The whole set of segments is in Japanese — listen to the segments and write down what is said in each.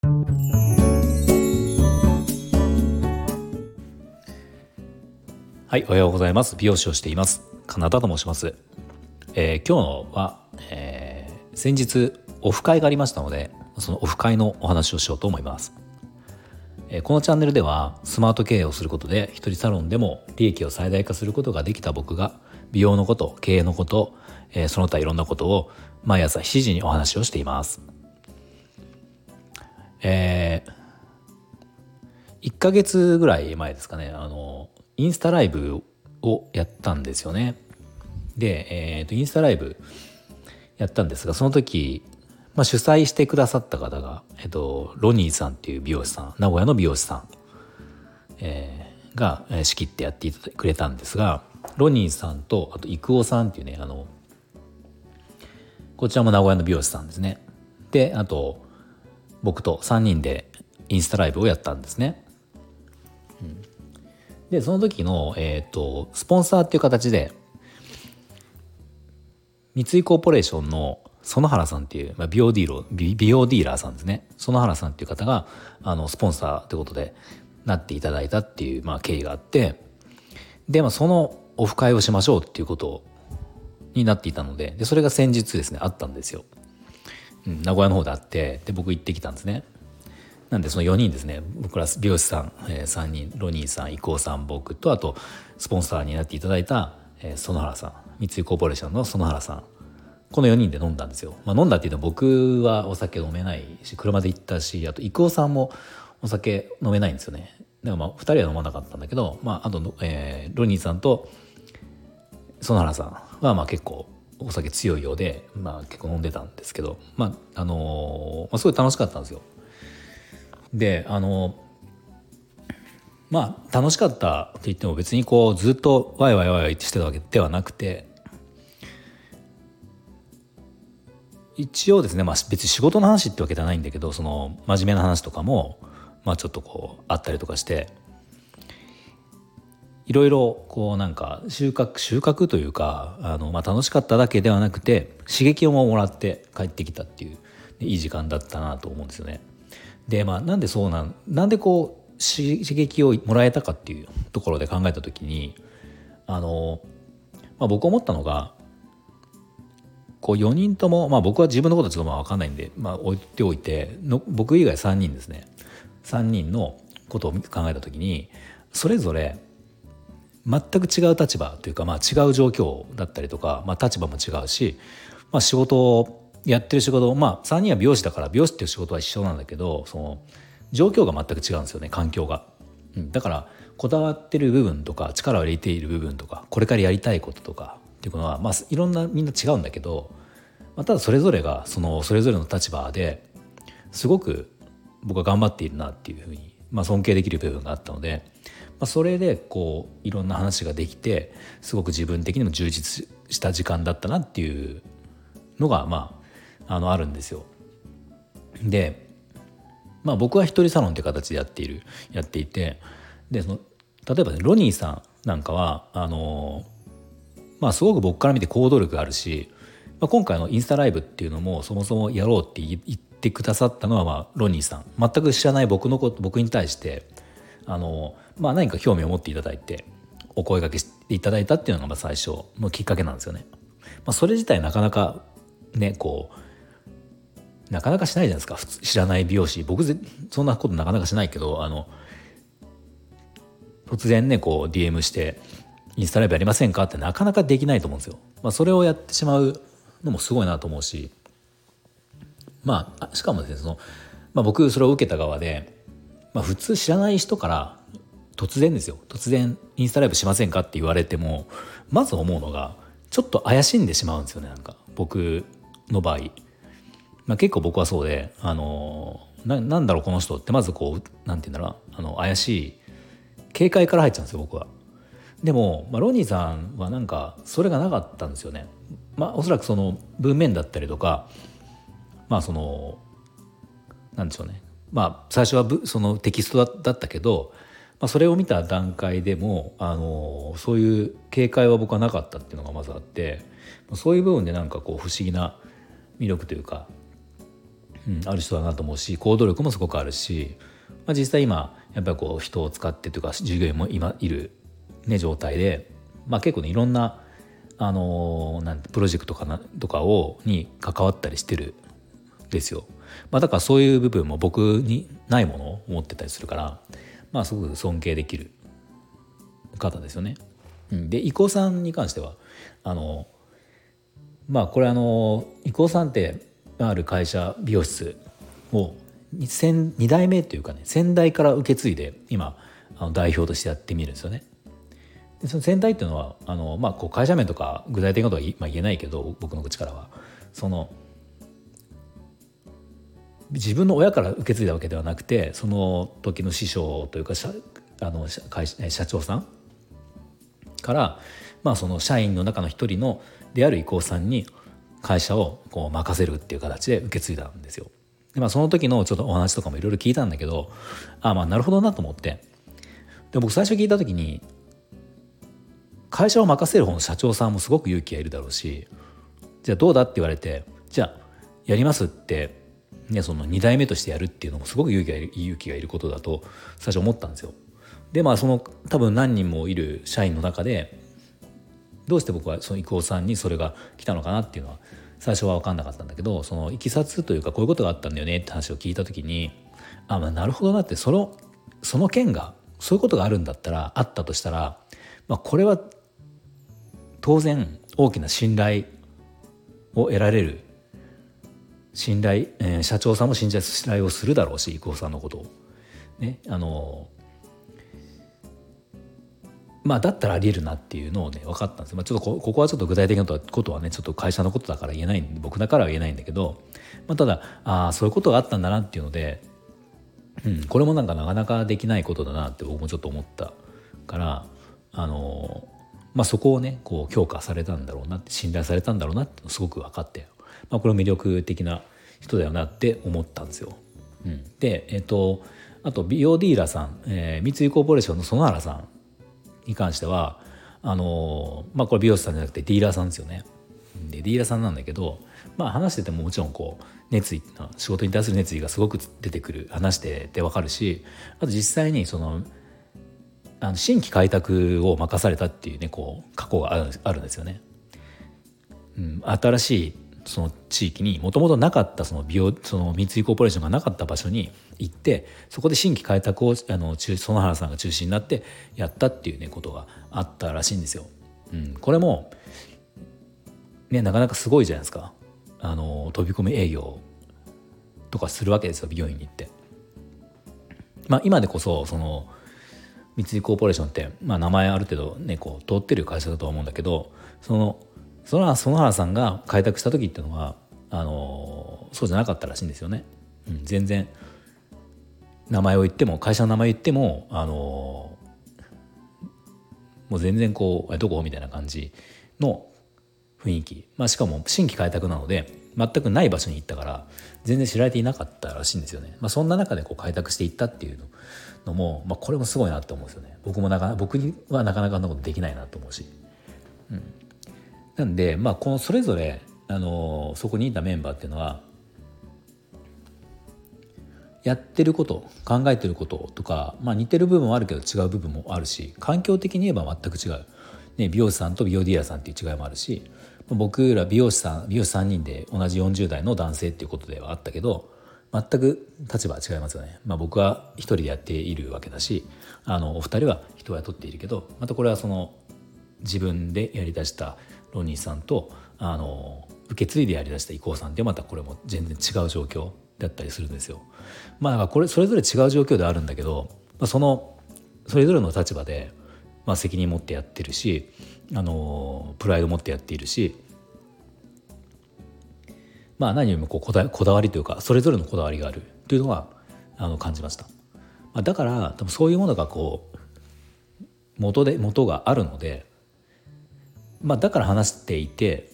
はい、おはようございます。美容師をしていますカナダと申します。今日のは、先日オフ会がありましたので、そのオフ会のお話をしようと思います。このチャンネルではスマート経営をすることで一人サロンでも利益を最大化することができた僕が美容のこと、経営のこと、その他いろんなことを毎朝7時にお話をしています。1ヶ月ぐらい前ですかね、インスタライブをやったんですよね。で、インスタライブやったんですが、その時、主催してくださった方が、ロニーさんっていう美容師さん、名古屋の美容師さん、が仕切ってやってくれたんですが、ロニーさんとあと郁夫さんっていうね、こちらも名古屋の美容師さんですね。で、あと僕と3人でインスタライブをやったんですね。でその時の、スポンサーっていう形で三井コーポレーションの園原さんっていう、美容ディーラーさんですね。園原さんっていう方がスポンサーということでなっていただいたっていう、経緯があって、で、そのオフ会をしましょうっていうことになっていたので、それが先日ですねあったんですよ。名古屋の方であって、で僕行ってきたんですね。なんでその4人ですね、僕ら美容師さん、3人、ロニーさん、郁夫さん、僕と、あとスポンサーになっていただいた、園原さん、三井コーポレーションの園原さん、この4人で飲んだんですよ。飲んだっていうのは、僕はお酒飲めないし車で行ったし、あと郁夫さんもお酒飲めないんですよね。でも2人は飲まなかったんだけど、あと、ロニーさんと園原さんは結構お酒強いようで、結構飲んでたんですけど、すごい楽しかったんですよ。で楽しかったって言っても別にこうずっとワイワイワイワイってしてたわけではなくて、一応ですね、別に仕事の話ってわけじゃないんだけど、その真面目な話とかもちょっとこうあったりとかして、いろいろこうなんか収穫というか、楽しかっただけではなくて刺激をもらって帰ってきたっていういい時間だったなと思うんですよね。でなんでこう刺激をもらえたかっていうところで考えた時に、僕思ったのが、こう4人とも、僕は自分のことちょっと分かんないんで、置いておいての、僕以外3人ですね、3人のことを考えた時に、それぞれ全く違う立場というか、違う状況だったりとか、立場も違うし、仕事をやってる仕事、3人は美容師だから美容師っていう仕事は一緒なんだけど、その状況が全く違うんですよね、環境が。だからこだわってる部分とか力を入れている部分とかこれからやりたいこととかっていうのは、いろんなみんな違うんだけど、ただそれぞれがそれぞれの立場ですごく僕は頑張っているなっていうふうに、尊敬できる部分があったので、それでこういろんな話ができて、すごく自分的にも充実した時間だったなっていうのがあるんですよ。で僕は一人サロンという形でやっていて、で例えばね、ロニーさんなんかはすごく僕から見て行動力があるし、今回のインスタライブっていうのもそもそもやろうって言ってくださったのは、ロニーさん、全く知らない僕に対して何か興味を持っていただいてお声掛けしていただいたっていうのが最初のきっかけなんですよね。それ自体なかなかね、なかなかしないじゃないですか、知らない美容師。僕そんなことなかなかしないけど、突然ねこう DM してインスタライブやりませんかってなかなかできないと思うんですよ。それをやってしまうのもすごいなと思うし、しかもですね、僕それを受けた側で、普通知らない人から突然インスタライブしませんかって言われても、まず思うのがちょっと怪しんでしまうんですよね。なんか僕の場合、結構僕はそうで、なんだろうこの人って、まずこうなんて言うんだろう、怪しい警戒から入っちゃうんですよ僕は。でも、ロニーさんはなんかそれがなかったんですよね。おそらくその文面だったりとか、なんでしょうね、最初はそのテキストだったけど、それを見た段階でもそういう警戒は僕はなかったっていうのがまずあって、そういう部分でなんかこう不思議な魅力というか、 ある人だなと思うし、行動力もすごくあるし、実際今やっぱりこう人を使ってというか従業員も今いる、状態で、結構ねいろんな、なんてプロジェクトとかに関わったりしてるんですよ。だからそういう部分も僕にないものを持ってたりするから、すごく尊敬できる方ですよね。で伊藤さんに関してはこれ伊藤さんってある会社美容室を2代目というかね、先代から受け継いで今代表としてやってみるんですよね。でその先代っていうのはこう会社名とか具体的なことは言えないけど、僕の口からはその自分の親から受け継いだわけではなくて、その時の師匠というか社長さんから、その社員の中の一人である伊藤さんに会社をこう任せるっていう形で受け継いだんですよ。で、その時のちょっとお話とかもいろいろ聞いたんだけど、なるほどなと思って。で僕最初聞いた時に、会社を任せる方の社長さんもすごく勇気がいるだろうし、じゃあどうだって言われて、じゃあやりますってその2代目としてやるっていうのもすごく勇気がいることだと最初思ったんですよ。でその多分何人もいる社員の中でどうして僕はその伊藤さんにそれが来たのかなっていうのは最初は分かんなかったんだけど、そのいきさつというかこういうことがあったんだよねって話を聞いた時に、なるほどなって、その件がそういうことがあるんだったら、あったとしたら、これは当然大きな信頼を得られる社長さんも信頼をするだろうし、伊藤さんのことをね、だったらありえるなっていうのをね分かったんです。ちょっとここはちょっと具体的なことはねちょっと会社のことだから言えないんで、僕だからは言えないんだけど、ただそういうことがあったんだなっていうので、これもなかなかできないことだなって僕もちょっと思ったから、そこをねこう評価されたんだろうなって、信頼されたんだろうなってすごく分かって、これ魅力的な人だよなって思ったんですよ。であと美容ディーラーさん、三井コーポレーションの園原さんに関してはこれ美容師さんじゃなくてディーラーさんですよね。でディーラーさんなんだけど、話しててももちろんこう仕事に対する熱意がすごく出てくる、話してて分かるし、あと実際にその新規開拓を任されたっていうねこう過去があるんですよね。新しいその地域にもともとなかったその三井コーポレーションがなかった場所に行って、そこで新規開拓を園原さんが中心になってやったっていうねことがあったらしいんですよ。これもねなかなかすごいじゃないですか。飛び込み営業とかするわけですよ、美容院に行って。今でこそその三井コーポレーションって、名前ある程度ねこう通ってる会社だとは思うんだけど、園原さんが開拓した時っていうのはそうじゃなかったらしいんですよね。全然名前を言っても、会社の名前言ってももう全然こうどこみたいな感じの雰囲気、しかも新規開拓なので全くない場所に行ったから全然知られていなかったらしいんですよね。そんな中でこう開拓していったっていうのも、これもすごいなって思うんですよね。僕にはなかなかそんなことできないなと思うし、なんでこのそれぞれそこにいたメンバーっていうのはやってること考えてることとか、似てる部分もあるけど違う部分もあるし、環境的に言えば全く違う、美容師さんと美容ディーラーさんっていう違いもあるし、僕ら美容師3人で同じ40代の男性っていうことではあったけど、全く立場は違いますよね。僕は一人でやっているわけだし、お二人は人を雇っているけど、またこれはその自分でやりだしたロニーさんと受け継いでやりだした伊藤さんってまたこれも全然違う状況だったりするんですよ。だからこれそれぞれ違う状況ではあるんだけど、それぞれの立場で、責任持ってやってるし、プライド持ってやっているし、何よりもこだわりというかそれぞれのこだわりがあるというのは感じました。だから多分そういうものがこう元があるので、だから話していて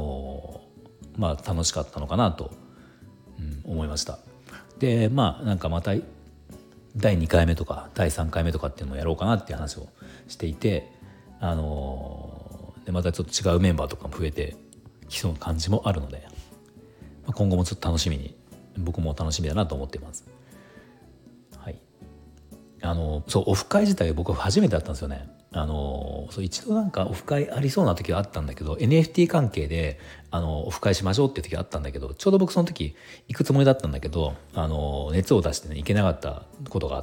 楽しかったのかなと、思いました。でなんかまた第2回目とか第3回目とかっていうのもやろうかなっていう話をしていて、でまたちょっと違うメンバーとかも増えてきそうな感じもあるので、今後もちょっと楽しみに僕も楽しみだなと思っています。はい、そうオフ会自体僕は初めてだったんですよね。そう一度なんかオフ会ありそうな時はあったんだけど NFT 関係でオフ会しましょうっていう時があったんだけど、ちょうど僕その時行くつもりだったんだけど熱を出してね行けなかったことがあって、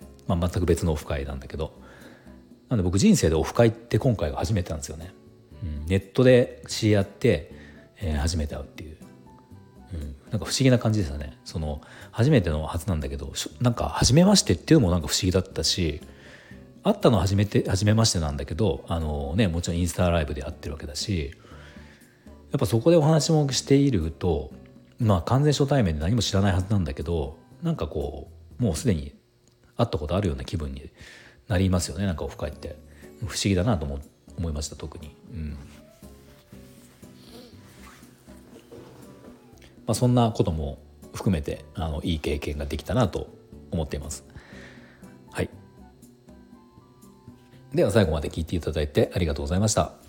全く別のオフ会なんだけど、なんで僕人生でオフ会って今回が初めてなんですよね。ネットで知り合って、初めて会うっていう、なんか不思議な感じですよね。その初めてのはずなんだけどなんか初めましてっていうのもなんか不思議だったし、会ったのは初めましてなんだけどもちろんインスタライブで会ってるわけだし、やっぱそこでお話もしていると完全初対面で何も知らないはずなんだけど、なんかこうもうすでに会ったことあるような気分になりますよね。なんかオフ会って不思議だなと思いました、特に。そんなことも含めていい経験ができたなと思っています。はい、では最後まで聞いていただいてありがとうございました。